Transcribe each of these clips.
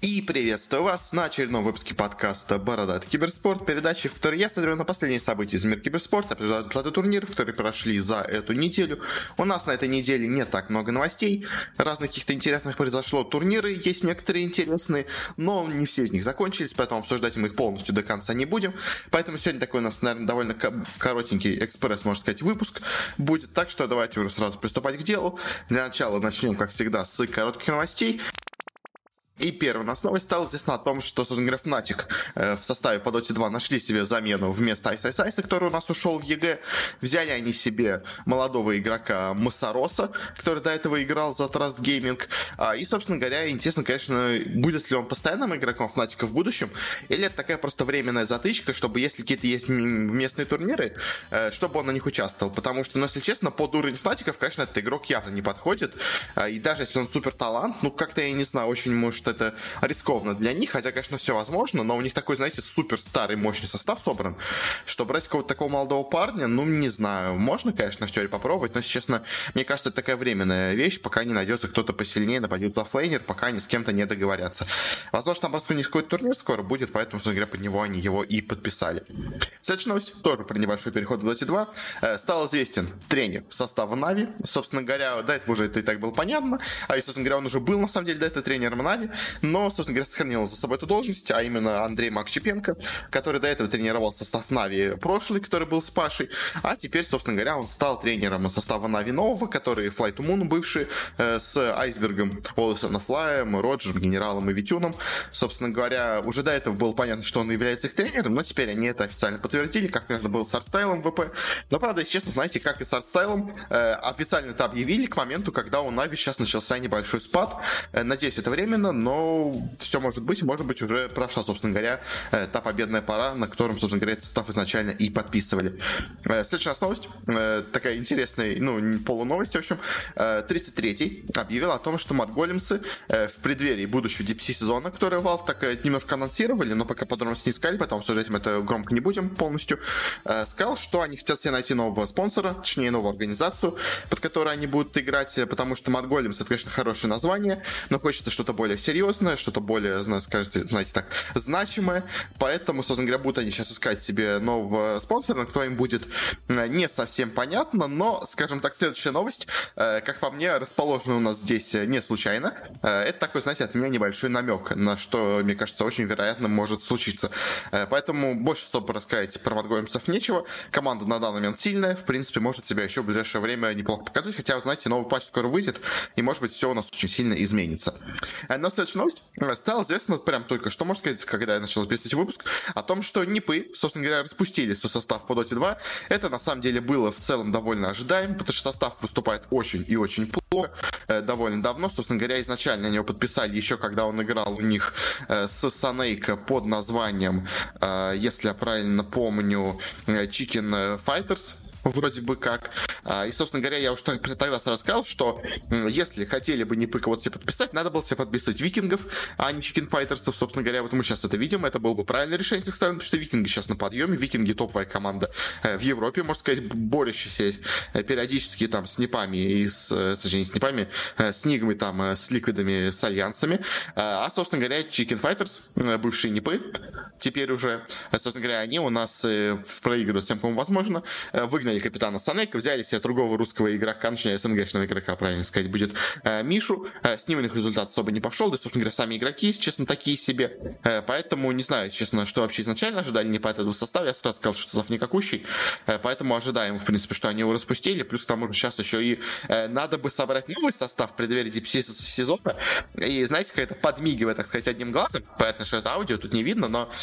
И приветствую вас на очередном выпуске подкаста «Бородатый киберспорт», передачи, в которой я смотрю на последние события из мира киберспорта, обсуждаю результаты турниров, которые прошли за эту неделю. У нас на этой неделе не так много новостей, разных каких-то интересных произошло. Турниры есть некоторые интересные, но не все из них закончились, поэтому обсуждать мы их полностью до конца не будем. Поэтому сегодня такой у нас, наверное, довольно коротенький экспресс, можно сказать, выпуск будет. Так что давайте уже сразу приступать к делу. Для начала начнем, как всегда, с коротких новостей. И первая у нас новость стала известна о том, что Fnatic в составе по Dota 2 нашли себе замену вместо Ice, который у нас ушел в ЕГЭ. Взяли они себе молодого игрока Масароса, который до этого играл за Trust Gaming. И, собственно говоря, интересно, конечно, будет ли он постоянным игроком Fnatic в будущем, или это такая просто временная затычка, чтобы, если какие-то есть местные турниры, чтобы он на них участвовал. Потому что, ну, если честно, под уровень Fnatic, конечно, этот игрок явно не подходит. И даже если он супер талант, ну, как-то, я не знаю, очень может это рискованно для них, хотя, конечно, все возможно, но у них такой, знаете, супер старый мощный состав собран, что брать какого-то такого молодого парня, ну, не знаю, можно, конечно, в теории попробовать, но, если честно, мне кажется, это такая временная вещь, пока не найдется кто-то посильнее, нападет за флейнер, пока они с кем-то не договорятся. Возможно, там просто низкий турнир скоро будет, поэтому, собственно говоря, под него они его и подписали. Следующая новость, тоже про небольшой переход в Dota 2. Стал известен тренер состава Нави. Собственно говоря, до этого уже это и так было понятно, и, собственно говоря, он уже был, на самом деле, до этого тренером Нави, но, собственно говоря, сохранил за собой эту должность, а именно Андрей Макчипенко, который до этого тренировал состав Нави прошлый, который был с Пашей, а теперь, собственно говоря, он стал тренером состава Нави нового, который Fly to Moon бывший, с Айсбергом, Олсоном Флаем, Роджером, Генералом и Витюном. Собственно говоря, уже до этого было понятно, что он является их тренером, но теперь они это официально подтвердили, как, наверное, было с Артстайлом в ВП. Но, правда, если честно, знаете, как и с Артстайлом, официально это объявили к моменту, когда у Нави сейчас начался небольшой спад. Надеюсь, это временно, но все может быть уже прошла, собственно говоря, та победная пора, на котором, собственно говоря, этот состав изначально и подписывали. Следующая у нас новость, такая интересная, ну, полуновость, в общем. 33-й объявил о том, что Мадголемсы в преддверии будущего DPC сезона, который Valve так немножко анонсировали, но пока подробности не сказали, поэтому обсуждать мы это громко не будем полностью, сказал, что они хотят себе найти нового спонсора, точнее, новую организацию, под которой они будут играть, потому что Mad-Golems — это, конечно, хорошее название, но хочется что-то более серьезное, что-то более, скажите, знаете так, значимое, поэтому, собственно говоря, будут они сейчас искать себе нового спонсора, на кто им будет не совсем понятно, но, скажем так, следующая новость, как по мне, расположена у нас здесь не случайно, это такой, знаете, от меня небольшой намек, на что, мне кажется, очень вероятно может случиться, поэтому больше особо рассказать про Мадголемсов нечего, команда на данный момент сильная, в принципе, может себя еще в ближайшее время неплохо показать, хотя, вы знаете, новый патч скоро выйдет, и, может быть, все у нас очень сильно изменится. Но следующая новость стало известно прям только что, можно сказать, когда я начал записывать выпуск, о том, что НИПы, собственно говоря, распустили свой состав по Dota 2. Это, на самом деле, было в целом довольно ожидаемо, потому что состав выступает очень и очень плохо, довольно давно. Собственно говоря, изначально они его подписали еще, когда он играл у них с Санейко под названием, если я правильно помню, Chicken Fighters, вроде бы как. И, собственно говоря, я уже тогда сразу сказал, что если хотели бы НИПы кого-то себе подписать, надо было себе подписывать викингов, а не Chicken Fighters'ов. Собственно говоря, вот мы сейчас это видим, это было бы правильное решение с их стороны, потому что викинги сейчас на подъеме, викинги топовая команда в Европе, можно сказать, борющаяся периодически там с НИПами и с НИПами, с Нигмой, там, с Ликвидами, с Альянсами. А, собственно говоря, Chicken Fighters, бывшие НИПы, теперь уже, собственно говоря, они у нас проигрывают всем, кому возможно, выгнали капитана Санейка, взяли себе другого русского игрока, точнее, СНГшного игрока, правильно сказать, будет Мишу. С ним у них результат особо не пошел, да, собственно говоря, сами игроки, если честно, такие себе. Поэтому не знаю, честно, что вообще изначально ожидали не по этому составу. Я сразу сказал, что состав никакущий, поэтому ожидаем, в принципе, что они его распустили. Плюс к тому же сейчас еще и надо бы собрать новый состав в преддверии DPC сезона. И, знаете, какая-то подмигивая, так сказать, одним глазом. Понятно, что это аудио, тут не видно, но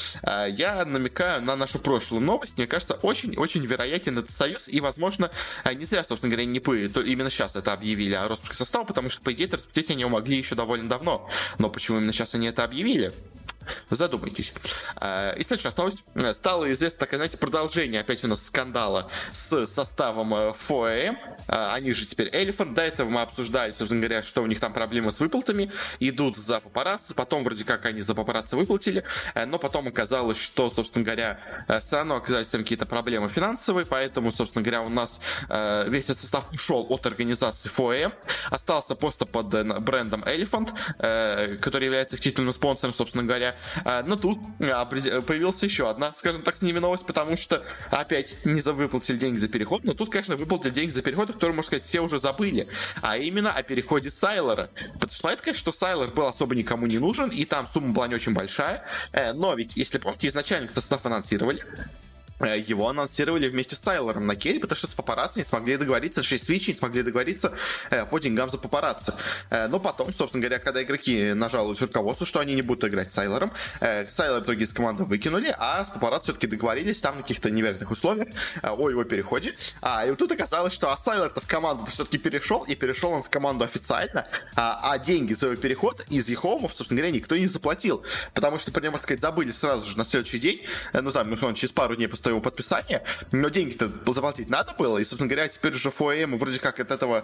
я намекаю на нашу прошлую новость. Мне кажется, очень-очень вероятен этот союз. И, возможно, не зря, собственно говоря, НИПы именно сейчас это объявили о распуске состава, потому что, по идее, распустить они его могли еще довольно давно. Но почему именно сейчас они это объявили? Задумайтесь. И следующая новость. Стало известно такое, знаете, продолжение опять у нас скандала с составом FOAM. Они же теперь Elephant. До этого мы обсуждали, собственно говоря, что у них там проблемы с выплатами. Идут за папарацци. Потом вроде как они за папарацци выплатили. Но потом оказалось, что, собственно говоря, все равно оказались там какие-то проблемы финансовые. Поэтому, собственно говоря, у нас весь этот состав ушел от организации FOAM. Остался просто под брендом Elephant, который является их титульным спонсором, собственно говоря. Но тут появилась еще одна, скажем так, с ними новость, потому что опять не выплатили деньги за переход, но тут, конечно, выплатили деньги за переход, который, можно сказать, все уже забыли, а именно о переходе Сайлора. Потому что понятно, конечно, что Сайлор был особо никому не нужен, и там сумма была не очень большая, но ведь, если помните, изначально этот состав анонсировали, его анонсировали вместе с Тайлором на керри, потому что с папарацци не смогли договориться, 6 свитчей не смогли договориться по деньгам за папарацци. Но потом, собственно говоря, когда игроки нажаловались руководству, что они не будут играть с Тайлором, Тайлор в итоге из команды выкинули, а с папарацци все-таки договорились там на каких-то неверных условиях о его переходе. И вот тут оказалось, что Тайлор-то в команду все-таки перешел, и перешел он в команду официально, а деньги за его переход из Ехоумов, собственно говоря, никто не заплатил, потому что, про него, можно сказать, забыли сразу же на следующий день, он через пару дней после его подписания, но деньги-то заплатить надо было, и, собственно говоря, теперь уже FOAM вроде как от этого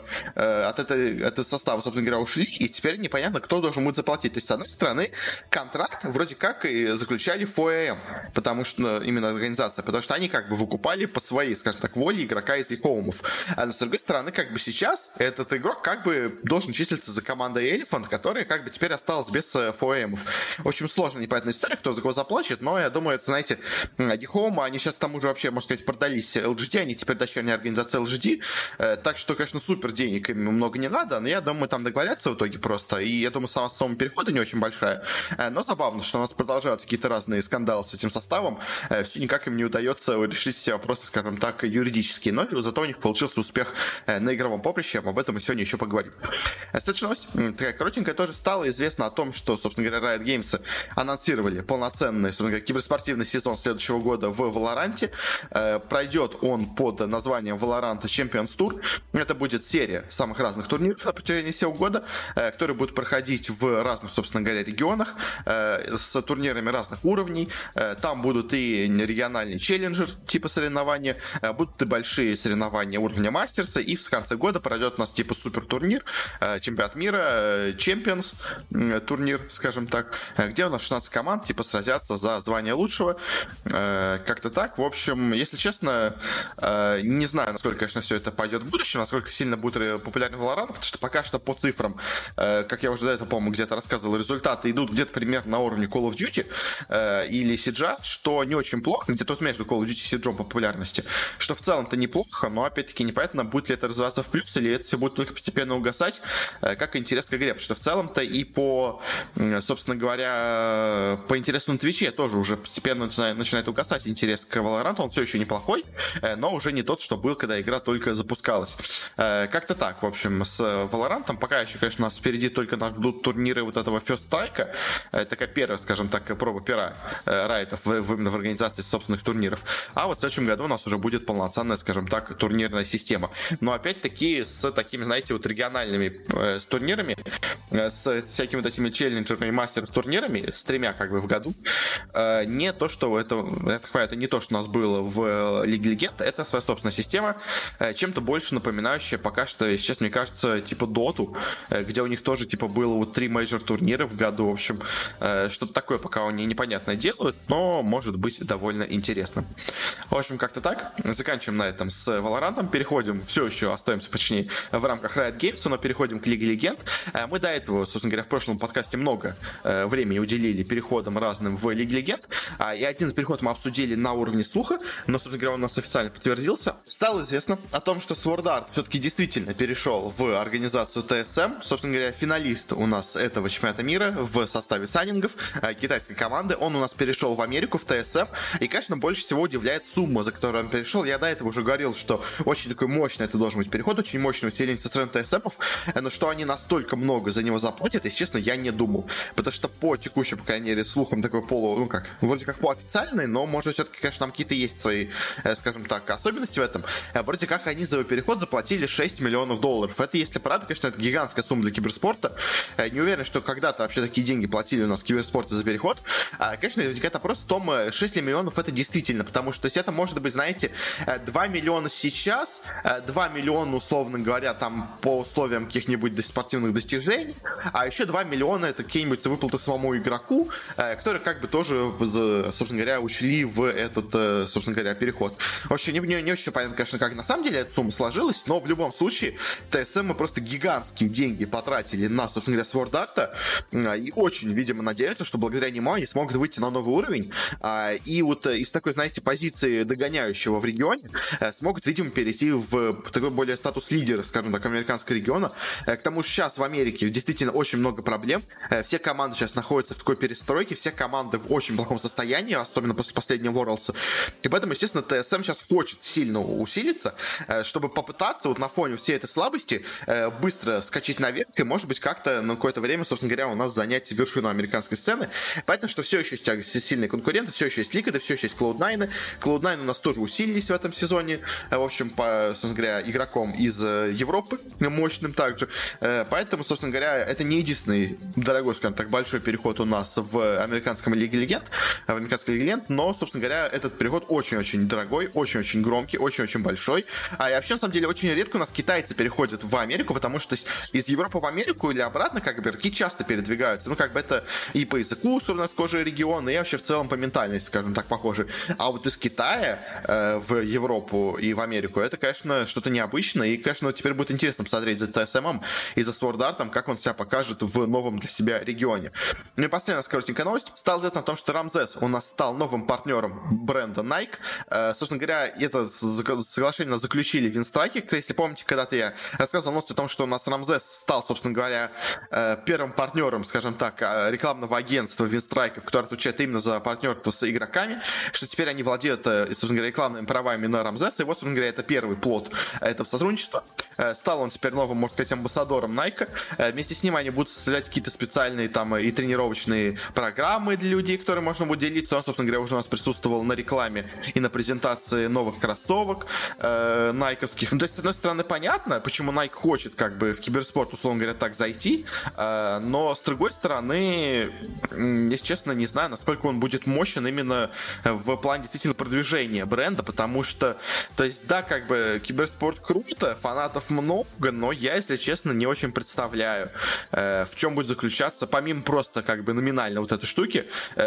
состава, собственно говоря, ушли, и теперь непонятно, кто должен будет заплатить. То есть, с одной стороны, контракт вроде как и заключали FOAM, потому что, именно организация, потому что они как бы выкупали по своей, скажем так, воле игрока из Ехоумов. Но, с другой стороны, как бы сейчас этот игрок как бы должен числиться за командой Elephant, которая как бы теперь осталась без FOAM. Очень сложная, непонятная история, кто за кого заплачет, но я думаю, это, знаете, Ехоумы, они сейчас к тому же вообще, можно сказать, продались LGD, они теперь дочерняя организация LGD, так что, конечно, супер денег им много не надо, но я думаю, там договорятся в итоге просто, и я думаю, сама сумма перехода не очень большая, но забавно, что у нас продолжаются какие-то разные скандалы с этим составом, все никак им не удается решить все вопросы, скажем так, юридические, но зато у них получился успех на игровом поприще, об этом мы сегодня еще поговорим. Следующая новость, такая коротенькая, тоже стало известно о том, что, собственно говоря, Riot Games анонсировали полноценный, собственно говоря, киберспортивный сезон следующего года в Valorant. Пройдет он под названием Valorant Champions Tour. Это будет серия самых разных турниров на протяжении всего года, которые будут проходить в разных, собственно говоря, регионах с турнирами разных уровней. Там будут и региональный челленджер типа соревнования, будут и большие соревнования уровня мастерса, и в конце года пройдет у нас типа супер турнир, чемпионат мира, Champions турнир, скажем так, где у нас 16 команд типа сразятся за звание лучшего. Как-то так. В общем, если честно, не знаю, насколько, конечно, все это пойдет в будущем, насколько сильно будет популярен Valorant, потому что пока что по цифрам, как я уже до этого, по-моему, где-то рассказывал, результаты идут где-то примерно на уровне Call of Duty или Siege, что не очень плохо, где-то вот между Call of Duty и Siege по популярности, что в целом-то неплохо, но опять-таки непонятно, будет ли это развиваться в плюс, или это все будет только постепенно угасать, как интерес к игре, потому что в целом-то и по, собственно говоря, по интересу на Твиче тоже уже постепенно начинает угасать интерес к Valorant, он все еще неплохой, но уже не тот, что был, когда игра только запускалась. Как-то так, в общем, с Valorant. Пока еще, конечно, у нас впереди только нас ждут турниры вот этого First Strike. Такая первая, скажем так, проба пера Райтов именно в организации собственных турниров. А вот в следующем году у нас уже будет полноценная, скажем так, турнирная система. Но опять-таки с такими, знаете, вот региональными с турнирами, с всякими вот этими челленджерами, мастерс турнирами, с 3 как бы в году. Не то, что это не то, что у нас было в Лиге Легенд, это своя собственная система, чем-то больше напоминающая пока что, сейчас, мне кажется, типа Доту, где у них тоже типа было вот 3 мейджор турнира в году, в общем, что-то такое пока они непонятное делают, но может быть довольно интересно. В общем, как-то так. Заканчиваем на этом с Valorant, переходим, все еще остаемся, точнее, в рамках Riot Games, но переходим к Лиге Легенд. Мы до этого, собственно говоря, в прошлом подкасте много времени уделили переходам разным в Лиге Легенд, и один из переходов мы обсудили на уровне слуха, но, собственно говоря, он у нас официально подтвердился. Стало известно о том, что Sword Art все-таки действительно перешел в организацию TSM. Собственно говоря, финалист у нас этого чемпионата мира в составе сайнингов китайской команды. Он у нас перешел в Америку, в TSM. И, конечно, больше всего удивляет сумма, за которую он перешел. Я до этого уже говорил, что очень такой мощный это должен быть переход, очень мощное усиление со стороны TSM-ов. Но что они настолько много за него заплатят, если честно, я не думал. Потому что по текущим, по крайней мере, слухам такой вроде как полуофициальный, но может все-таки, конечно, там какие-то есть свои, скажем так, особенности в этом. Вроде как они за его переход заплатили $6 миллионов. Это, если правда, конечно, это гигантская сумма для киберспорта. Не уверен, что когда-то вообще такие деньги платили у нас в киберспорте за переход. Конечно, возникает вопрос в том, 6 миллионов это действительно, потому что, то есть это может быть, знаете, 2 миллиона сейчас, 2 миллиона, условно говоря, там по условиям каких-нибудь спортивных достижений, а еще 2 миллиона это какие-нибудь выплаты самому игроку, которые как бы тоже, собственно говоря, ушли в этот, собственно говоря, переход. Вообще не очень понятно, конечно, как на самом деле эта сумма сложилась, но в любом случае ТСМ мы просто гигантские деньги потратили на, собственно говоря, Sword Art, и очень, видимо, надеются, что благодаря нему они смогут выйти на новый уровень, и вот из такой, знаете, позиции догоняющего в регионе смогут, видимо, перейти в такой более статус лидера, скажем так, американского региона. К тому же сейчас в Америке действительно очень много проблем. Все команды сейчас находятся в такой перестройке, все команды в очень плохом состоянии, особенно после последнего Worlds. И поэтому, естественно, ТСМ сейчас хочет сильно усилиться, чтобы попытаться вот на фоне всей этой слабости быстро скачать наверх и, может быть, как-то на какое-то время, собственно говоря, у нас занять вершину американской сцены. Понятно, что все еще есть сильные конкуренты, все еще есть Liquid, все еще есть Cloud9. Cloud9 у нас тоже усилились в этом сезоне, в общем, по, собственно говоря, игроком из Европы, мощным также. Поэтому, собственно говоря, это не единственный дорогой, скажем так, большой переход у нас в американской Лиге Легенд, но, собственно говоря, этот переход очень-очень дорогой, очень-очень громкий, очень-очень большой. И вообще, на самом деле, очень редко у нас китайцы переходят в Америку, потому что из Европы в Америку или обратно, как бы, игроки часто передвигаются. Ну, как бы это и по языку у нас схожие регионы, и вообще в целом по ментальности, скажем так, похожи. А вот из Китая в Европу и в Америку, это, конечно, что-то необычное, и, конечно, теперь будет интересно посмотреть за TSM и за Sword Art, как он себя покажет в новом для себя регионе. Ну и последняя коротенькая новость. Стало известно о том, что Рамзес у нас стал новым партнером бренда Nike. Собственно говоря, это соглашение у нас заключили Винстрайки. Если помните, когда-то я рассказывал новость о том, что у нас Рамзес стал, собственно говоря, первым партнером, скажем так, рекламного агентства Винстрайков, которое отвечает именно за партнерство с игроками, что теперь они владеют, собственно говоря, рекламными правами на Рамзеса. И вот, собственно говоря, это первый плод этого сотрудничества. Стал он теперь новым, можно сказать, амбассадором Nike. Вместе с ним они будут составлять какие-то специальные там и тренировочные программы для людей, которые можно будет делиться. Он, собственно говоря, уже у нас присутствовал на рекламе и на презентации новых кроссовок найковских. Ну, то есть, с одной стороны, понятно, почему Nike хочет как бы в киберспорт, условно говоря, так зайти, но с другой стороны, если честно, не знаю, насколько он будет мощен именно в плане действительно продвижения бренда, потому что, то есть, да, как бы киберспорт круто, фанатов много, но я, если честно, не очень представляю, в чем будет заключаться, помимо просто как бы номинально вот этой штуки,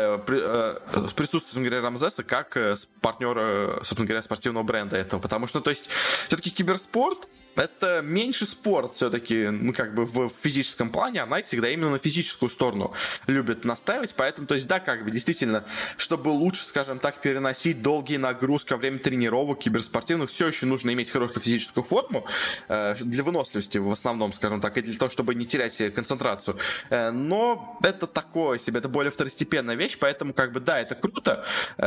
присутствие, говоря, Рамзеса как партнера, собственно говоря, спортивного бренда этого, потому что, то есть, все-таки киберспорт это меньше спорт все-таки, ну, как бы в физическом плане, а Nike всегда именно на физическую сторону любит настаивать, поэтому, то есть, да, как бы, действительно, чтобы лучше, скажем так, переносить долгие нагрузки во время тренировок киберспортивных, все еще нужно иметь хорошую физическую форму для выносливости в основном, скажем так, и для того, чтобы не терять концентрацию, но это такое себе, это более второстепенная вещь, поэтому, как бы, да, это круто,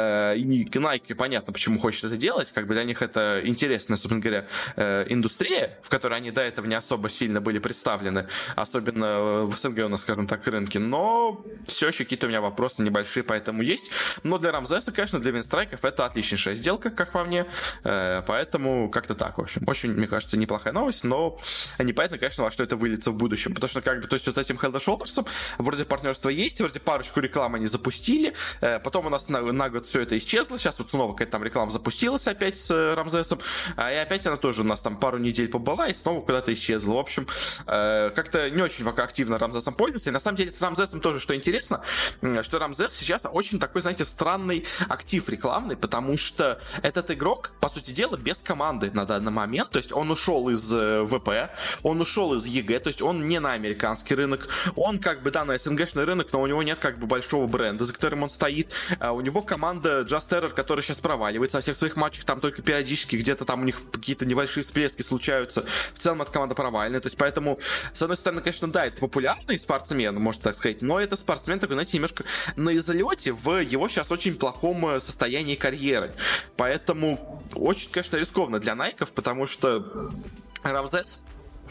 и Nike, понятно, почему хочет это делать, как бы для них это интересная, собственно говоря, индустрия, в которой они до этого не особо сильно были представлены, особенно в СНГ у нас, скажем так, рынке, но все еще какие-то у меня вопросы небольшие поэтому есть, но для Рамзеса, конечно, для Винстрайков это отличнейшая сделка, как по мне, поэтому как-то так, в общем, очень, мне кажется, неплохая новость, но непонятно, конечно, во что это выльется в будущем, потому что, как бы, то есть вот этим Head & Shoulders вроде партнерства есть, вроде парочку реклам они запустили, потом у нас на год все это исчезло, сейчас вот снова какая-то там реклама запустилась опять с Рамзесом, и опять она тоже у нас там пару недель побыла и снова куда-то исчезла. В общем, как-то не очень пока активно Рамзесом пользуется. И на самом деле с Рамзесом тоже что интересно, что Рамзес сейчас очень такой, знаете, странный актив рекламный, потому что этот игрок, по сути дела, без команды на данный момент. То есть он ушел из ВП, он ушел из ЕГЭ, то есть он не на американский рынок, он как бы, да, на СНГшный рынок, но у него нет как бы большого бренда, за которым он стоит. У него команда Just Terror, которая сейчас проваливается во всех своих матчах, там только периодически где-то там у них какие-то небольшие всплески случаются. В целом эта команда провальная. То есть поэтому, с одной стороны, конечно, да, это популярный спортсмен, можно так сказать, но это спортсмен такой, знаете, немножко на излете в его сейчас очень плохом состоянии карьеры. Поэтому очень, конечно, рискованно для Найков, потому что Рамзес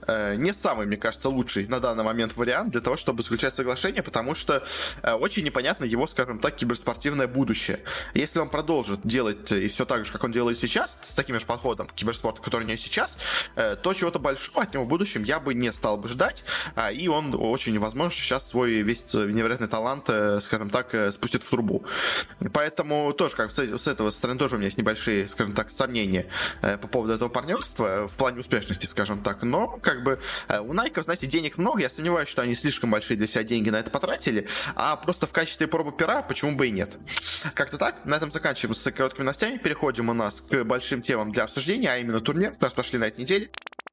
не самый, мне кажется, лучший на данный момент вариант для того, чтобы заключать соглашение, потому что очень непонятно его, скажем так, киберспортивное будущее. Если он продолжит делать и все так же, как он делает сейчас, с таким же подходом к киберспорту, который у него сейчас, то чего-то большого от него в будущем я бы не стал бы ждать, и он очень возможно сейчас свой весь невероятный талант, скажем так, спустит в трубу. Поэтому тоже, как с этого стороны, тоже у меня есть небольшие, скажем так, сомнения по поводу этого партнерства в плане успешности, скажем так. Но, как бы, у Найков, знаете, денег много, я сомневаюсь, что они слишком большие для себя деньги на это потратили, а просто в качестве пробы пера почему бы и нет. Как-то так. На этом заканчиваем с короткими новостями, переходим у нас к большим темам для обсуждения, а именно турнир, у нас пошли на этой неделе.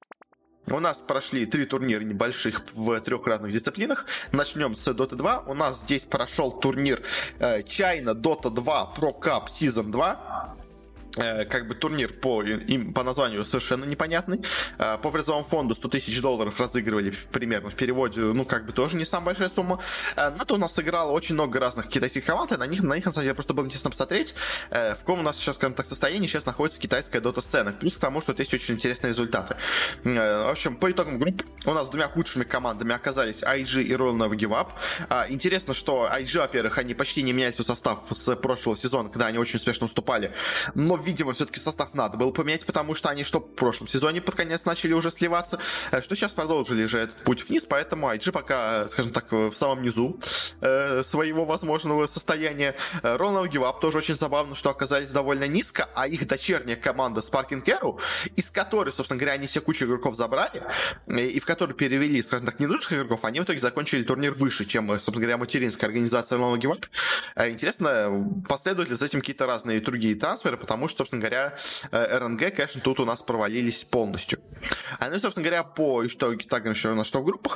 У нас прошли 3 турнира небольших в 3 разных дисциплинах. Начнем с Dota 2. У нас здесь прошел турнир China Dota 2 Pro Cup Season 2. Как бы турнир по названию совершенно непонятный. По призовому фонду $100 тысяч разыгрывали примерно в переводе, ну, как бы тоже не самая большая сумма. Но это у нас сыграло очень много разных китайских команд, и на них на самом деле просто было интересно посмотреть, в каком у нас сейчас, скажем так, состоянии сейчас находится китайская дота-сцена. Плюс к тому, что есть очень интересные результаты. В общем, по итогам группы у нас двумя худшими командами оказались IG и Royal Never Give Up. Интересно, что IG, во-первых, они почти не меняют свой состав с прошлого сезона, когда они очень успешно уступали, но видимо, все-таки состав надо было поменять, потому что они что в прошлом сезоне под конец начали уже сливаться, что сейчас продолжили же этот путь вниз, поэтому IG пока, скажем так, в самом низу своего возможного состояния. Royal Give Up тоже очень забавно, что оказались довольно низко, а их дочерняя команда Sparking Arrow, из которой, собственно говоря, они все кучу игроков забрали, и в которой перевели, скажем так, ненужных игроков, они в итоге закончили турнир выше, чем, собственно говоря, материнская организация Royal Give Up. Интересно, последуют ли за этим какие-то разные другие трансферы, потому что, собственно говоря, РНГ, конечно, тут у нас провалились полностью. Ну и, собственно говоря, по итогам еще у нас что в группах,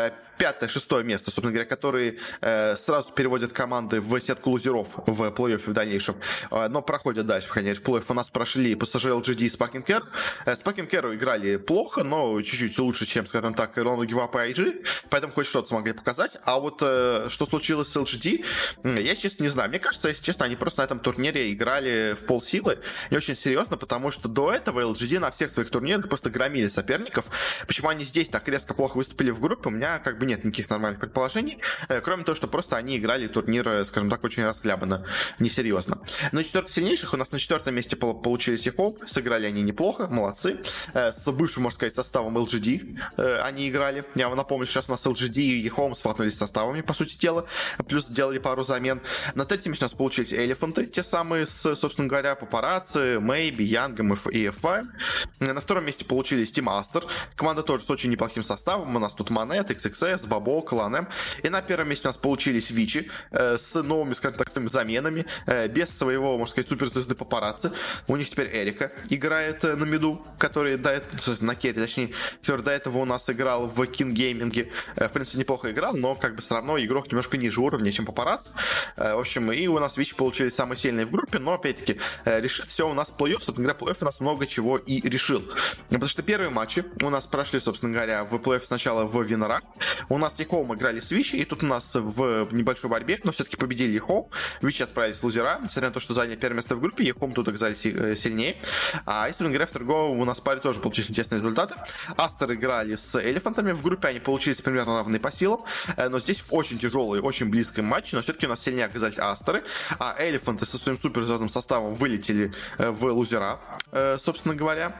5-6 место, собственно говоря, которые сразу переводят команды в сетку лузеров в плей-оффе в дальнейшем, но проходят дальше, конечно, в плей-офф у нас прошли PSG, LGD и Sparking Arrow. Sparking Arrow играли плохо, но чуть-чуть лучше, чем, скажем так, Royal Give Up и IG, поэтому хоть что-то смогли показать. А вот что случилось с LGD, я, честно, не знаю. Мне кажется, если честно, они просто на этом турнире играли в полсилы, не очень серьезно, потому что до этого LGD на всех своих турнирах просто громили соперников. Почему они здесь так резко плохо выступили в группе, у меня как бы нет никаких нормальных предположений, кроме того, что просто они играли турнир, скажем так, очень расхлябанно, несерьезно. Но четверка сильнейших у нас на 4 месте получились Ехом, сыграли они неплохо, молодцы. С бывшим, можно сказать, составом LGD они играли. Я вам напомню, сейчас у нас LGD и Ехом схватнулись составами, по сути дела, плюс сделали пару замен. На 3-м месте у нас получились Элефанты, те самые с, собственно говоря, Папарацци, Мэйби, Янгом и EFI. На 2-м месте получились Team Aster, команда тоже с очень неплохим составом, у нас тут Монет, XXS, Бабо, Кланем. И на 1-м месте у нас получились Вичи с новыми, скажем так, заменами, без своего, можно сказать, суперзвезды Папарацци. У них теперь Эрика играет на миду, который до этого, на керри, точнее, который до этого у нас играл в King Gaming. В принципе, неплохо играл, но как бы все равно игрок немножко ниже уровня, чем Папарацци. В общем, и у нас Вичи получились самые сильные в группе, но опять-таки решит все у нас плей-офф. Собственно говоря, плей-офф у нас много чего и решил. Потому что первые матчи у нас прошли, собственно говоря, в плей-офф сначала в Винорах. У нас Ехом играли с Вичи, и тут у нас в небольшой борьбе, но все-таки победили Ехом. Вичи отправились в лузера, несмотря на то, что заняли первое место в группе, Ехом тут оказались сильнее. И, собственно говоря, в другом у нас паре тоже получились интересные результаты. Астер играли с Элефантами, в группе они получились примерно равные по силам, но здесь в очень тяжелый, очень близком матче, но все-таки у нас сильнее оказались Астеры, а Элефанты со своим суперзвездным составом вылетели в лузера, собственно говоря.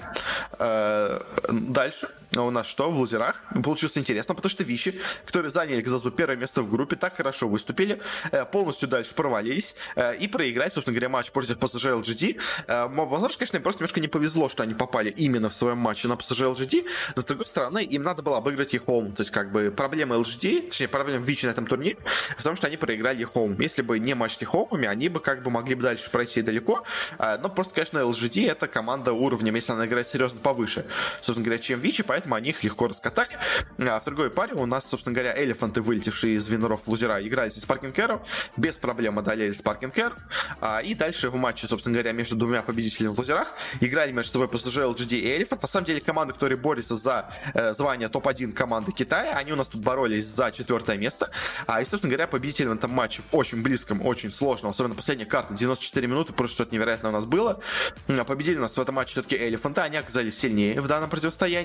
Дальше у нас что? В лузерах получилось интересно, потому что Вичи, которые заняли, казалось бы, первое место в группе, так хорошо выступили, полностью дальше провалились и проиграть, собственно говоря, матч против PSG LGD. Возможно, конечно, им просто немножко не повезло, что они попали именно в своем матче на PSG LGD, но, с другой стороны, им надо было обыграть Ехом. То есть, как бы, проблема LGD, точнее, проблема Вичи на этом турнире в том, что они проиграли Ехом. Если бы не матч с Ехомами, они бы, как бы, могли бы дальше пройти далеко, но просто, конечно, LGD — это команда уровнем, если она играет серьезно повыше, собственно говоря, чем Вичи, поэтому они их легко раскатали. А в другой паре у нас, собственно говоря, Элефанты, вылетевшие из Виноров в лузера, играли с Sparking Arrow, без проблем одолели Sparking Arrow, и дальше в матче, собственно говоря, между двумя победителями в лузерах играли между собой PSG, LGD и Elephant. На самом деле, команды, которые борются за звание топ-1 команды Китая, они у нас тут боролись за 4 место, и, собственно говоря, победитель в этом матче в очень близком, очень сложном, особенно последняя карта, 94 минуты, просто что-то невероятное у нас было. Победили у нас в этом матче все-таки Элефанты, они оказались сильнее в данном противостоянии,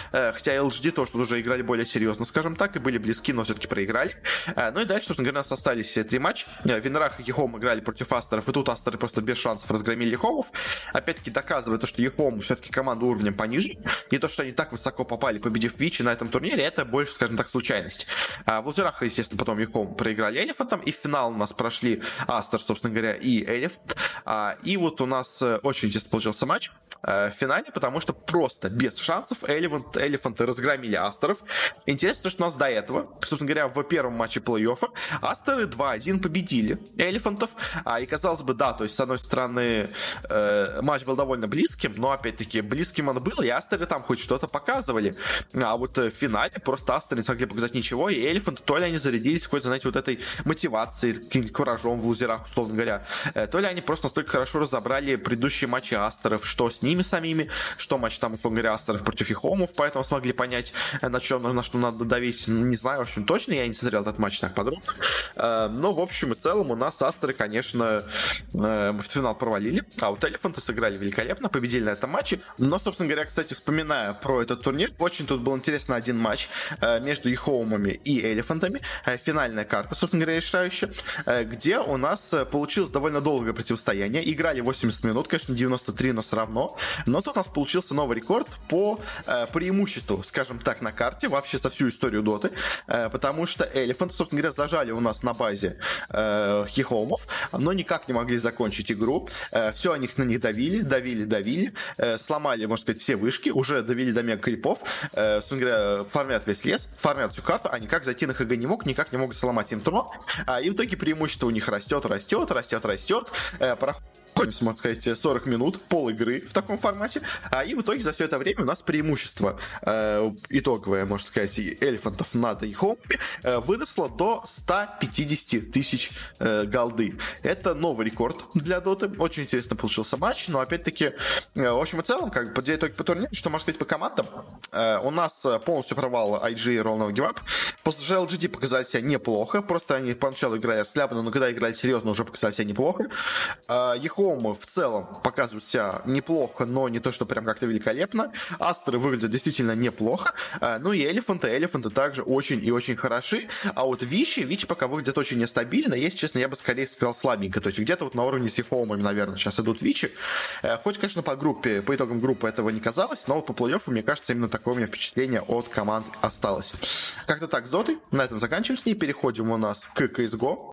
хотя LGD тоже тут уже играли более серьезно, скажем так, и были близки, но все-таки проиграли. Ну и дальше, собственно говоря, у нас остались 3 матча. Винрах и Ехом играли против Астеров, и тут Астеры просто без шансов разгромили Ехомов. Опять-таки доказывает то, что Ехом все-таки команда уровнем пониже, и то, что они так высоко попали, победив Вичи на этом турнире, это больше, скажем так, случайность. В лузерах, естественно, потом Ехом проиграли Элефантом, и в финал у нас прошли Астер, собственно говоря, и Элефант. И вот у нас очень интересно получился матч в финале, потому что просто без шансов Элефанты разгромили Астеров. Интересно, что у нас до этого, собственно говоря, в первом матче плей-оффа Астеры 2-1 победили Элефантов. И казалось бы, да, то есть, с одной стороны, матч был довольно близким, но, опять-таки, близким он был, и Астеры там хоть что-то показывали. А вот в финале просто Астеры не смогли показать ничего, и Элефанты то ли они зарядились какой-то, знаете, вот этой мотивацией, каким-нибудь куражом в лузерах, условно говоря, то ли они просто настолько хорошо разобрали предыдущие матчи Астеров, что с ними самими, что матч там, условно говоря, Астеров против Ехомов, поэтому смогли понять, на что надо давить. Не знаю, в общем, точно, я не смотрел этот матч так подробно. Но, в общем и целом, у нас Астеры, конечно, в финал провалили, а вот Элефанты сыграли великолепно, победили на этом матче. Но, собственно говоря, кстати, вспоминая про этот турнир, очень тут был интересно один матч между Ехомами и Элефантами, финальная карта, собственно говоря, решающая, где у нас получилось довольно долгое противостояние. Играли 80 минут, конечно, 93, но все равно. Но тут у нас получился новый рекорд по преимуществу, скажем так, на карте вообще за всю историю доты, потому что Элефанты, собственно говоря, зажали у нас на базе Ехомов, но никак не могли закончить игру. Все на них давили, сломали, можно сказать, все вышки, уже довели до мега-крипов, собственно говоря, фармят весь лес, фармят всю карту, а никак зайти на ХГ не мог, никак не могут сломать им трон, и в итоге преимущество у них растет, проходит, можно сказать, 40 минут, пол игры в таком формате, и в итоге за все это время у нас преимущество итоговое, можно сказать, Элефантов над Ехомами выросло до 150 тысяч голды. Это новый рекорд для доты, очень интересно получился матч, но опять-таки, в общем и целом, как бы подводя итоги по турниру, что можно сказать по командам, у нас полностью провал IG и Roll No Give Up. После же LGD показали себя неплохо, просто они поначалу играли слабо, но когда играли серьезно, уже показали себя неплохо. Ехомы в целом показывают себя неплохо, но не то, что прям как-то великолепно. Астеры выглядят действительно неплохо. Ну и Элефанты также очень и очень хороши. А вот Вичи пока выглядят очень нестабильно. Если честно, я бы скорее сказал слабенько. То есть где-то вот на уровне с Ехомами, наверное, сейчас идут Вичи. Хоть, конечно, по итогам группы этого не казалось, но вот по плей-оффу, мне кажется, именно такое у меня впечатление от команд осталось. Как-то так с дотой. На этом заканчиваем с ней. Переходим у нас к CSGO,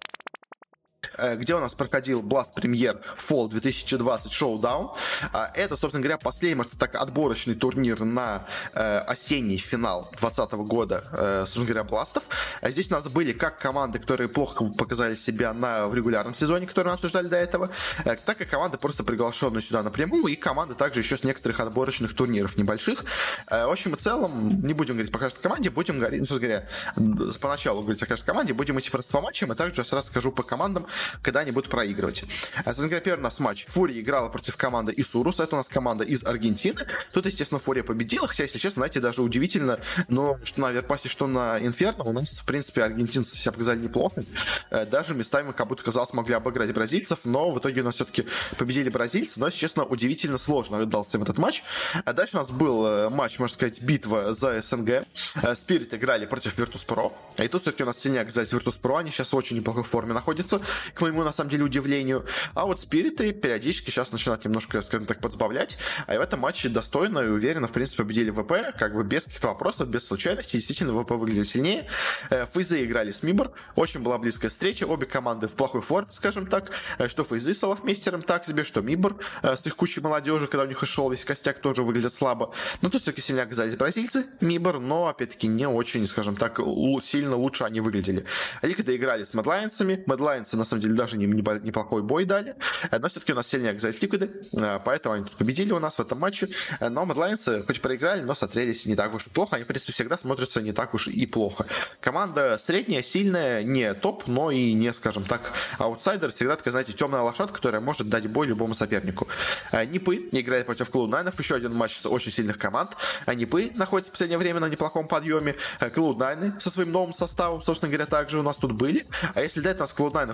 где у нас проходил Blast Premier Fall 2020 Showdown. Это, собственно говоря, последний, может, так, отборочный турнир на осенний финал 2020 года, собственно говоря, Бластов. Здесь у нас были как команды, которые плохо показали себя в регулярном сезоне, которые мы обсуждали до этого, так и команды, просто приглашенные сюда напрямую, и команды также еще с некоторых отборочных турниров небольших. В общем и целом, не будем говорить по каждой команде, будем говорить, ну, собственно говоря, поначалу говорить о каждой команде, будем идти просто по матчам, и также сразу скажу по командам, когда они будут проигрывать. Собственно говоря, первый у нас матч. Фурия играла против команды Исурус. Это у нас команда из Аргентины. Тут, естественно, Фурия победила. Хотя, если честно, знаете, даже удивительно, но что на Верпасе, что на Инферно у нас, в принципе, аргентинцы себя показали неплохо. Даже местами, как будто казалось, могли обыграть бразильцев, но в итоге у нас все-таки победили бразильцы. Но, если честно, удивительно сложно дался им этот матч. Дальше у нас был матч, можно сказать, битва за СНГ. Спирит играли против Virtus.pro. И тут все-таки у нас сильнее оказались Virtus.pro. Они сейчас в очень неплохой форме находятся, к моему, на самом деле, удивлению. А вот спириты периодически сейчас начинают немножко, скажем так, подсбавлять. А и в этом матче достойно и уверенно, в принципе, победили ВП, как бы без каких-то вопросов, без случайностей. Действительно, ВП выглядели сильнее. Фейзы играли с Мибор. Очень была близкая встреча. Обе команды в плохой форме, скажем так. Что Фейзы с Олафмейстером так себе, что Мибор с их кучей молодежи, когда у них ушел весь костяк, тоже выглядят слабо. Но тут все-таки сильнее оказались бразильцы, Мибор, но, опять-таки, не очень, скажем так, сильно лучше они выглядели. Они когда играли с Мэдлайнсами, Мэдлайнсы, на самом деле, даже неплохой бой дали, но все-таки у нас сильнее оказались Ликвиды, поэтому они тут победили у нас в этом матче. Но Мэдлайнсы хоть проиграли, но смотрелись не так уж и плохо. Они, в принципе, всегда смотрятся не так уж и плохо. Команда средняя, сильная, не топ, но и не, скажем так, аутсайдер. Всегда такая, знаете, темная лошадка, которая может дать бой любому сопернику. Нипы играет против Cloud9. Еще один матч с очень сильных команд. Нипы находятся в последнее время на неплохом подъеме. Cloud9 со своим новым составом, собственно говоря, также у нас тут были. А если до этого у нас Cloud9 в новом составе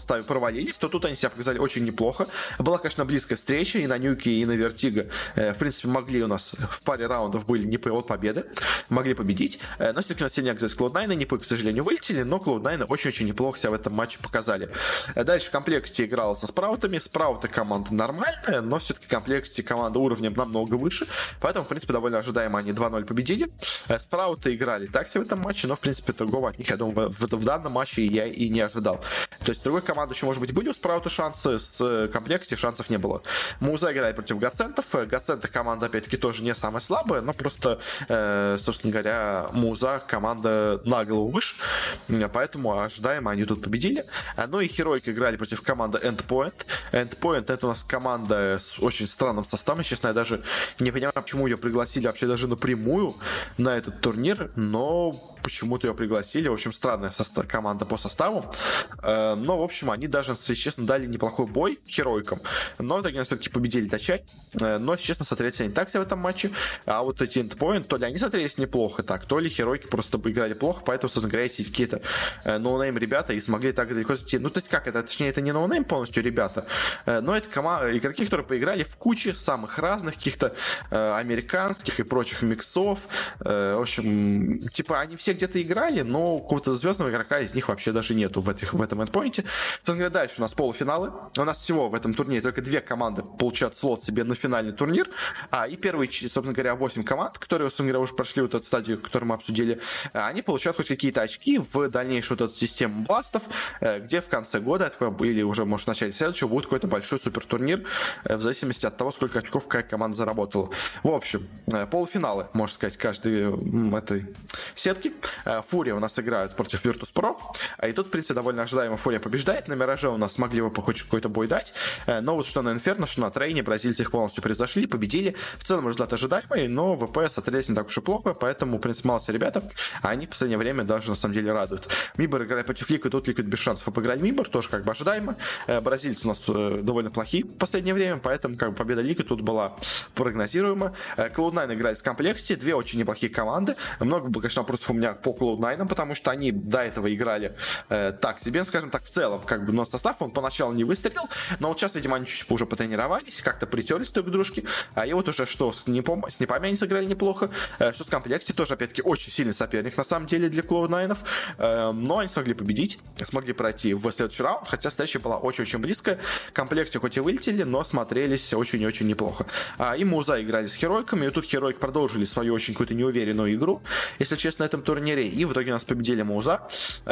составе провалились, то тут они себя показали очень неплохо. Была, конечно, близкая встреча и на Нюке, и на Вертиго. В принципе, могли у нас в паре раундов были не от победы, могли победить. Но все-таки на сильнее оказались Cloud9, Нипы, к сожалению, вылетели, но Cloud9 очень-очень неплохо себя в этом матче показали. Дальше в комплекте играла со Спраутами. Спрауты команда нормальная, но все-таки в комплекте команда уровнем намного выше, поэтому, в принципе, довольно ожидаемо они 2-0 победили. Спрауты играли так себе в этом матче, но, в принципе, другого от них, я думаю, в данном матче я и не ожидал. То есть, с другой командой еще, может быть, были у Спраута шансы, с комплекте шансов не было. Муза играет против Гацентов. Гаценты команда, опять-таки, тоже не самая слабая, но просто, собственно говоря, Муза команда на голову выше, поэтому ожидаемо они тут победили. Ну и Heroic играли против команды Endpoint. Endpoint — это у нас команда с очень странным составом. Честно, я даже не понимаю, почему ее пригласили вообще даже напрямую на этот турнир, но почему-то ее пригласили. В общем, странная команда по составу. Но, в общем, они даже, если честно, дали неплохой бой Херойкам. Но в итоге они все-таки победили Тачай. Но, честно, смотреть они так себе в этом матче. А вот эти Endpoint, то ли они смотрелись неплохо так, то ли Херойки просто играли плохо, поэтому, собственно говоря, эти какие-то ноунейм ребята и смогли так далеко зайти. Ну, то есть как это? Точнее, это не ноунейм полностью ребята, но это игроки, которые поиграли в куче самых разных каких-то американских и прочих миксов. В общем, типа, они все где-то играли, но какого-то звездного игрока из них вообще даже нету в этом эндпоинте. Собственно говоря, дальше у нас полуфиналы. У нас всего в этом турнире только 2 команды получат слот себе на финальный турнир. И первые, собственно говоря, 8 команд, которые, собственно говоря, уже прошли вот эту стадию, которую мы обсудили, они получают хоть какие-то очки в дальнейшую вот эту систему бластов, где в конце года, или уже, может, в начале следующего, будет какой-то большой супертурнир, в зависимости от того, сколько очков какая команда заработала. В общем, полуфиналы, можно сказать, каждой этой сетки. Фурия у нас играют против Virtus.pro, и тут, в принципе, довольно ожидаемо Фурия побеждает. На Мираже у нас могли бы хоть какой-то бой дать, но вот что на Инферно, что на Трейне бразильцы их полностью превзошли, победили. В целом результат ожидаемый, но ВП смотрелись не так уж и плохо, поэтому, в принципе, молодцы ребята, они в последнее время даже, на самом деле, радуют. Мибор играет против Liquid, тут Liquid без шансов обыграли Мибор, тоже как бы ожидаемо. Бразильцы у нас довольно плохие в последнее время, поэтому как бы победа Liquid тут была прогнозируема. Cloud9 играли в комплекте, 2 очень неплохие команды. Много было, конечно, вопросов у меня по Cloud9, потому что они до этого играли так себе, скажем так, в целом, как бы, но состав он поначалу не выстрелил, но вот сейчас, видимо, они чуть уже потренировались, как-то притерлись друг к дружке, и вот уже что с Непами они сыграли неплохо, что с комплекте тоже, опять-таки, очень сильный соперник, на самом деле, для Cloud9, но они смогли победить, смогли пройти в следующий раунд, хотя встреча была очень-очень близкая, в комплекте хоть и вылетели, но смотрелись очень и очень неплохо. И Муза играли с Херойками, и тут Херойк продолжили свою очень какую-то неуверенную игру, если честно, на этом турнире, и в итоге нас победили Муза.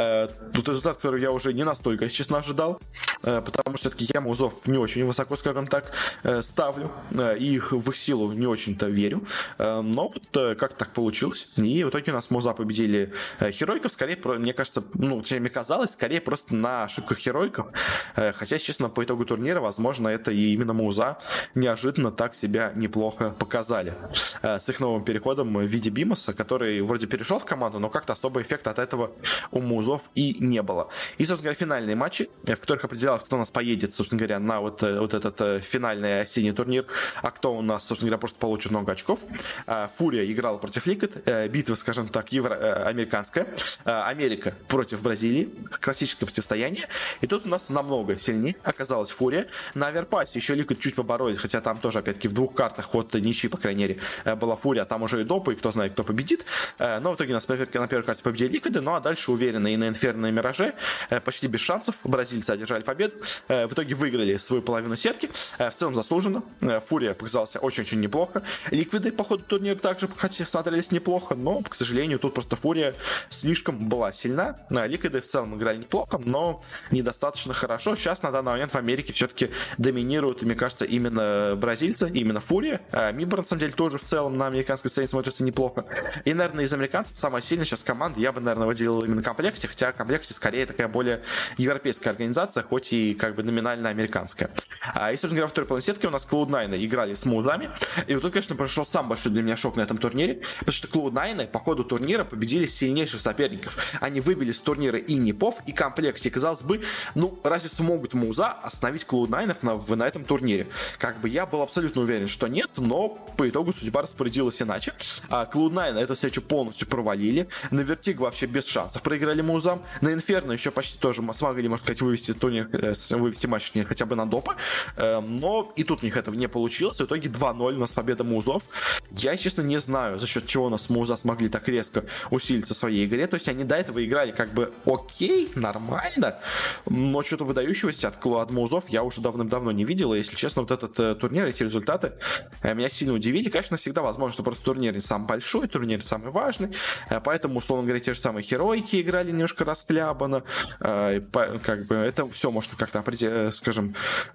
Тут результат, который я уже не настолько, если честно, ожидал, потому что все-таки я Музов не очень высоко, скажем так, ставлю, и в их силу не очень-то верю, но вот как так получилось, и в итоге у нас Муза победили Херойков, скорее, мне кажется, точнее, мне казалось, скорее просто на ошибках Херойков, хотя, честно, по итогу турнира, возможно, это и именно Муза неожиданно так себя неплохо показали с их новым переходом в виде Бимоса, который вроде перешел в команду, но как-то особый эффект от этого у Музов и не было. И, собственно говоря, финальные матчи, в которых определялось, кто у нас поедет, собственно говоря, на вот этот финальный осенний турнир, а кто у нас, собственно говоря, просто получит много очков. Фурия играла против Liquid, битва, скажем так, американская. Америка против Бразилии, классическое противостояние. И тут у нас намного сильнее оказалась Фурия. На Аверпасе еще Liquid чуть поборолись, хотя там тоже, опять-таки, в 2 картах от ничьи, по крайней мере, была Фурия, там уже и допы, и кто знает, кто победит. Но в итоге нас на первой карте победили Liquid, ну а дальше уверенно и на Инферно, и Мираже почти без шансов. Бразильцы одержали победу. В итоге выиграли свою половину сетки. В целом заслуженно. Фурия показалась очень-очень неплохо. Ликвиды по ходу турнира также хотя смотрелись неплохо, но, к сожалению, тут просто Фурия слишком была сильна. Ликвиды в целом играли неплохо, но недостаточно хорошо. Сейчас на данный момент в Америке все-таки доминируют, мне кажется, именно бразильцы, именно Фурия. Мибор, на самом деле, тоже в целом на американской сцене смотрится неплохо. И, наверное, из американцев самая сильная сейчас команда, я бы, наверное, выделил именно комплекте, хотя комплекте скорее такая более европейская организация, хоть и как бы номинально американская. И, собственно говоря, во второй половине сетки у нас Cloud9 играли с Музами. И вот тут, конечно, произошел самый большой для меня шок на этом турнире, потому что Cloud9 по ходу турнира победили сильнейших соперников. Они выбили с турнира и Непов, и комплекте. Казалось бы, разве смогут Муза остановить Cloud9 на этом турнире? Как бы я был абсолютно уверен, что нет, но по итогу судьба распорядилась иначе. Cloud9 эту встречу полностью провалили. На Вертиго вообще без шансов проиграли Музам. На Инферно еще почти тоже смогли, можно сказать, вывести турнир вывести матч хотя бы на допы, но и тут у них этого не получилось. В итоге 2-0 у нас победа Музов. Я, честно, не знаю, за счет чего у нас Муза смогли так резко усилиться в своей игре. То есть они до этого играли как бы окей, нормально, но что-то выдающегося от Музов я уже давным-давно не видел. И, если честно, вот этот турнир, эти результаты меня сильно удивили. Конечно, всегда возможно, что просто турнир не самый большой, турнир самый важный, поэтому, условно говоря, те же самые Херойки играли немножко расхлябанно. Как бы это все можно как-то, скажем,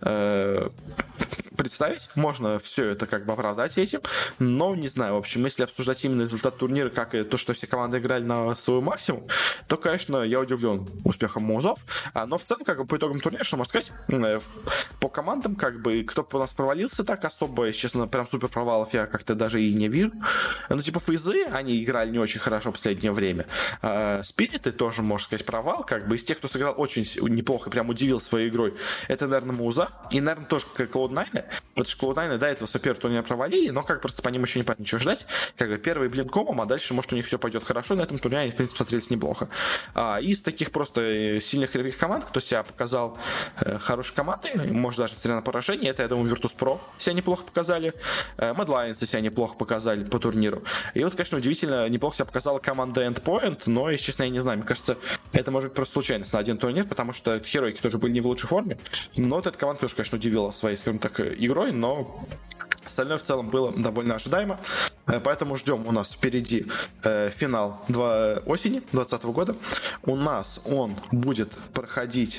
представить, можно все это как бы оправдать этим, но не знаю, в общем, если обсуждать именно результат турнира, как и то, что все команды играли на свой максимум, то, конечно, я удивлен успехом Музов, но в целом, как бы по итогам турнира, что можно сказать, по командам, как бы, кто у нас провалился так особо, если честно, прям супер провалов я как-то даже и не вижу, ну, типа, Фейзы, они играли не очень хорошо в последнее время, Спириты тоже, можно сказать, провал, как бы, из тех, кто сыграл очень неплохо, прям удивил своей игрой, это, наверное, Муза, и, наверное, тоже Cloud9, потому что Cloud9 до этого супер турнир провалили, но как просто по ним еще не понятно, ничего ждать. Как бы первый блинкомом, а дальше, может, у них все пойдет хорошо. На этом турнире они, в принципе, смотрелись неплохо. Из таких просто сильных крепких команд, кто себя показал хорошей командой, может, даже несмотря на поражение, это, я думаю, Virtus.pro себя неплохо показали. Mad Lions себя неплохо показали по турниру. И вот, конечно, удивительно, неплохо себя показала команда Endpoint, но, если честно, я не знаю, мне кажется, это может быть просто случайность на один турнир, потому что Херойки тоже были не в лучшей форме. Но вот эта команда тоже, конечно, удивила своей, скажем так, игрой, но остальное в целом было довольно ожидаемо. Поэтому ждем, у нас впереди финал осени 2020 года. У нас он будет проходить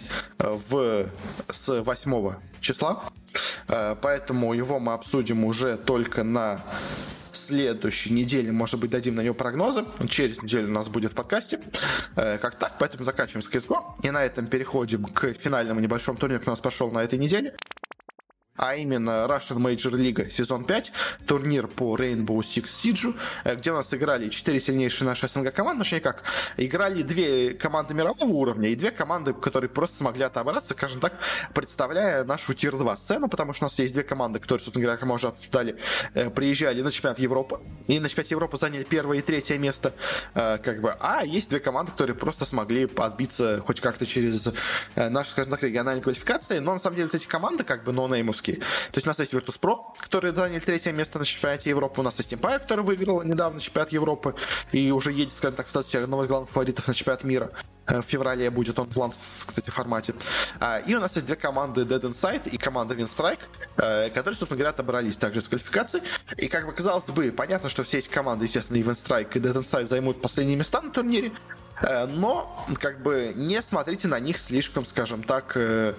с 8 числа. Поэтому его мы обсудим уже только на следующей неделе, может быть, дадим на него прогнозы. Через неделю у нас будет в подкасте. Как так, поэтому заканчиваем с CSGO. И на этом переходим к финальному небольшому турниру, который у нас прошел на этой неделе. А именно Russian Major League сезон 5, турнир по Rainbow Six Siege, где у нас играли 4 сильнейшие наши СНГ команды, точнее как, играли 2 команды мирового уровня и 2 команды, которые просто смогли отобраться, скажем так, представляя нашу тир-2 сцену, потому что у нас есть 2 команды, которые, собственно говоря, как мы уже обсуждали, приезжали на чемпионат Европы, и на чемпионате Европы заняли 1 и 3 место, как бы, а есть 2 команды, которые просто смогли отбиться хоть как-то через наши, скажем так, региональные квалификации, но на самом деле вот эти команды, как бы, ноунеймовские. То есть у нас есть Virtus.pro, которые заняли 3 место на чемпионате Европы. У нас есть Empire, который выиграл недавно чемпионат Европы и уже едет, скажем так, в статусе одного из главных фаворитов на чемпионат мира. В феврале будет он в, кстати, формате. И у нас есть 2 команды Dead Inside и команда Winstrike, которые, собственно говоря, отобрались также с квалификации. И, как бы, казалось бы, понятно, что все эти команды, естественно, и Winstrike, и Dead Inside займут последние места на турнире. Но, как бы, не смотрите на них слишком, скажем так,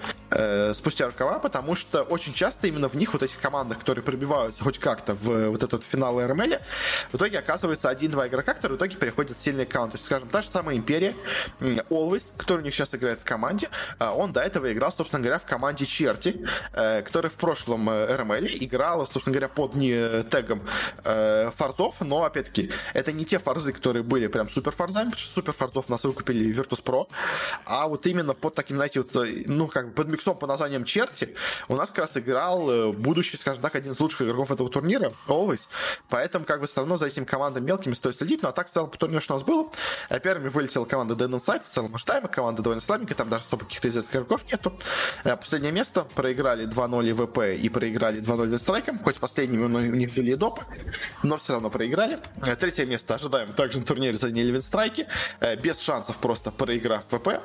спустя рукава, потому что очень часто именно в них, вот этих командах, которые пробиваются хоть как-то в вот этот финал РМЛ, в итоге оказывается 1-2 игрока, которые в итоге переходят в сильные команды. То есть, скажем, та же самая Империя, Always, который у них сейчас играет в команде, он до этого играл, собственно говоря, в команде Черти, который в прошлом РМЛ играл, собственно говоря, под тегом фарзов, но, опять-таки, это не те фарзы, которые были прям супер фарзами, потому что супер фарзов нас выкупили Virtus.pro, а вот именно под таким, знаете, вот, ну, как бы под миксом по названием Черти у нас как раз играл будущий, скажем так, один из лучших игроков этого турнира, Always, поэтому, как бы, все равно за этими командами мелкими стоит следить, ну, а так, в целом, по турниру, что у нас было, первыми вылетела команда Dead Inside, в целом ожидаемо, команда довольно слабенькая, там даже особо каких-то известных игроков нету. Последнее место, проиграли 2-0 ВП и проиграли 2-0 Винстрайком, хоть последними у них были допы, но все равно проиграли. 3 место ожидаем, также на турнире заняли Винстрайки, без шансов просто проиграв ВП,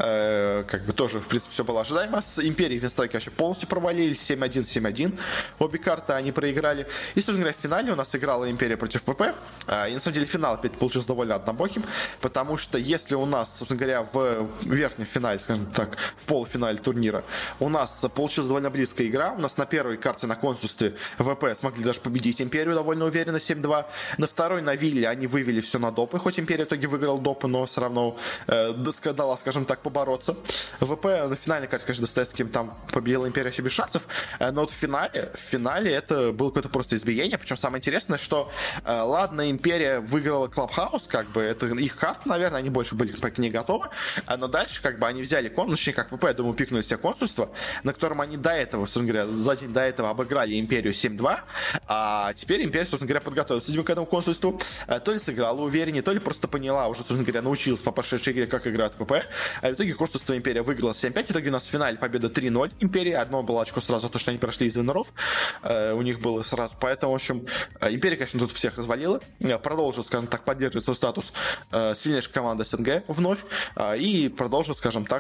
как бы тоже, в принципе, все было ожидаемо. С Империей Винстрайки вообще полностью провалились, 7-1, 7-1, обе карты они проиграли. И, собственно говоря, в финале у нас играла Империя против ВП, и на самом деле финал опять получился довольно однобоким, потому что если у нас, собственно говоря, в верхнем финале, скажем так, в полуфинале турнира, у нас получилась довольно близкая игра, у нас на первой карте на консульстве ВП смогли даже победить Империю довольно уверенно 7-2, на второй на Вилле они вывели все на допы, хоть Империя в итоге выиграл допы, но все равно дала, скажем так, побороться. ВП на финальной карте, конечно, Достоевским там победила Империя вообще без шансов, но вот в финале это было какое-то просто избиение, причем самое интересное, что ладно, Империя выиграла Клабхаус, как бы это их карта, наверное, они больше были к ней готовы, но дальше как бы они взяли консульство, как ВП, я думаю, пикнули себе консульство, на котором они до этого, собственно говоря, за день до этого обыграли Империю 7-2, а теперь Империя, собственно говоря, подготовилась, видимо, к этому консульству, то ли сыграла увереннее, то ли просто поняла уже, собственно говоря, научилась по прошедшей игре, как играет ВП, а в итоге консульство Империя выиграла 7-5, в итоге у нас в финале стали победы 3-0 Империи. Одно было очко сразу, то, что они прошли из Виноров. У них было сразу. Поэтому, в общем, Империя, конечно, тут всех развалила. Продолжил, скажем так, поддерживать свой статус сильнейшей команды СНГ вновь. И продолжил, скажем так,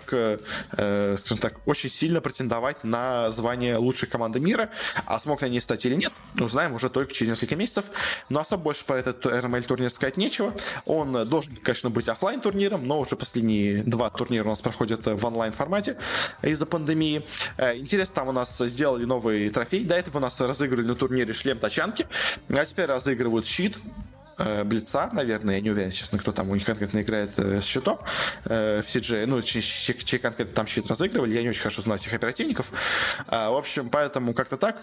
очень сильно претендовать на звание лучшей команды мира. А смог на ней стать или нет, узнаем уже только через несколько месяцев. Но особо больше про этот РМЛ турнир сказать нечего. Он должен, конечно, быть офлайн турниром, но уже последние 2 турнира у нас проходят в онлайн формате из-за пандемии. Интересно, там у нас сделали новый трофей. До этого у нас разыгрывали на турнире шлем тачанки, а теперь разыгрывают щит Блица, наверное, я не уверен, честно, кто там у них конкретно играет с щитом в CG, ну, чей конкретно там щит разыгрывали, я не очень хорошо знаю всех оперативников. В общем, поэтому как-то так,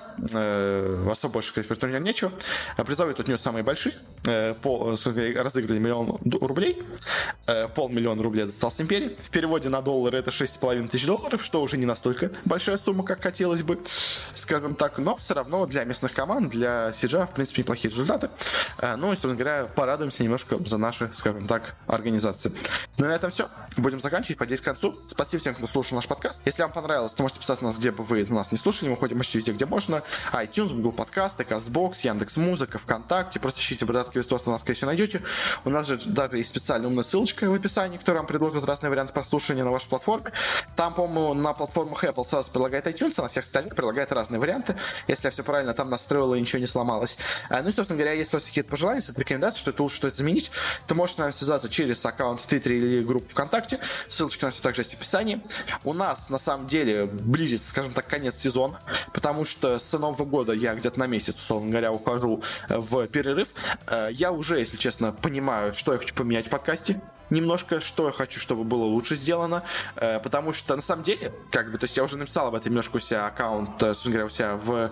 особо больше сказать про турнир нечего. Призовые тут у него самые большие, разыграли 1 000 000 рублей, 500 000 рублей достался Империи, в переводе на доллары это 6500 долларов, что уже не настолько большая сумма, как хотелось бы, скажем так, но все равно для местных команд, для CG, в принципе, неплохие результаты. Ну и, собственно говоря, порадуемся немножко за наши, скажем так, организации. Ну и на этом все. Будем заканчивать, надеюсь, к концу. Спасибо всем, кто слушал наш подкаст. Если вам понравилось, то можете писать нас, где бы вы нас не слушали. Мы ходим везде, где можно. iTunes, Google подкасты, CastBox, Яндекс.Музыка, ВКонтакте. Просто ищите «Бородатый Киберспорт», нас, скорее всего, найдете. У нас же даже есть специальная умная ссылочка в описании, которая вам предложит разные варианты прослушивания на вашей платформе. Там, по-моему, на платформах Apple сразу предлагает iTunes, а на всех остальных предлагает разные варианты. Если я все правильно там настроил и ничего не сломалось. Ну и, собственно говоря, если у вас какие-то пожелания, рекомендации, что это лучше, что это изменить, то можете с нами связаться через аккаунт в Твиттере или группу ВКонтакте. Ссылочка на все также есть в описании. У нас, на самом деле, близится, скажем так, конец сезона, потому что с Нового года я где-то на месяц, условно говоря, ухожу в перерыв. Я уже, если честно, понимаю, что я хочу поменять в подкасте. Немножко, что я хочу, чтобы было лучше сделано, потому что, на самом деле, то есть я уже написал об этом немножко у себя аккаунт, собственно говоря, у себя в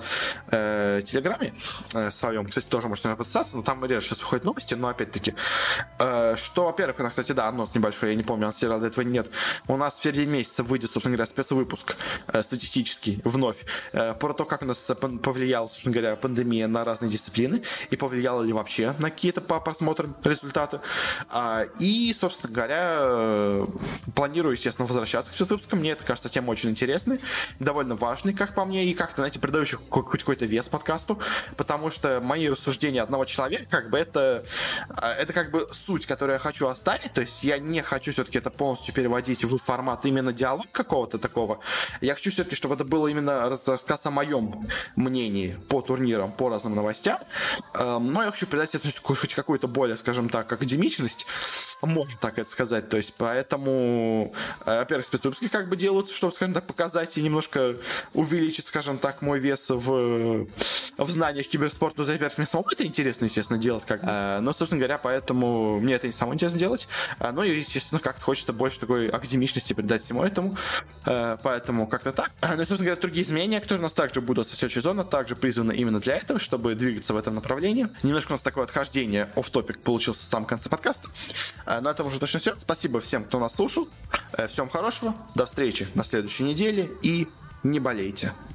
Телеграме своем, кстати, тоже можете на подписаться, но там реально сейчас выходят новости, но опять-таки, что, во-первых, у нас, кстати, да, анонс небольшой, я не помню, анонсировал до этого нет, у нас в середине месяца выйдет, собственно говоря, спецвыпуск статистический вновь, про то, как у нас повлияла, собственно говоря, пандемия на разные дисциплины, и повлияла ли вообще на какие-то по просмотрам результаты, и, собственно говоря, планирую, естественно, возвращаться к спецвыпускам. Мне это кажется тема очень интересной, довольно важной, как по мне, и как-то, знаете, придающий хоть какой-то вес подкасту, потому что мои рассуждения одного человека, это как бы суть, которую я хочу оставить, то есть я не хочу все-таки это полностью переводить в формат именно диалога какого-то такого. Я хочу все-таки, чтобы это было именно рассказ о моем мнении по турнирам, по разным новостям, но я хочу придать этому хоть какую-то более, скажем так, академичность, можно так это сказать, то есть поэтому, во-первых, спецвыпуски как бы делаются, чтобы, скажем так, показать и немножко увеличить, скажем так, мой вес в знаниях киберспорта, но, во-первых, мне самому это интересно, естественно, делать, но, собственно говоря, поэтому мне это не самое интересно делать, ну и, естественно, как-то хочется больше такой академичности придать всему этому, поэтому как-то так. Ну и, собственно говоря, другие изменения, которые у нас также будут со следующей сезона, также призваны именно для этого, чтобы двигаться в этом направлении. Немножко у нас такое отхождение, офф-топик получился в самом конце подкаста. На этом уже точно все. Спасибо всем, кто нас слушал. Всем хорошего. До встречи на следующей неделе. И не болейте.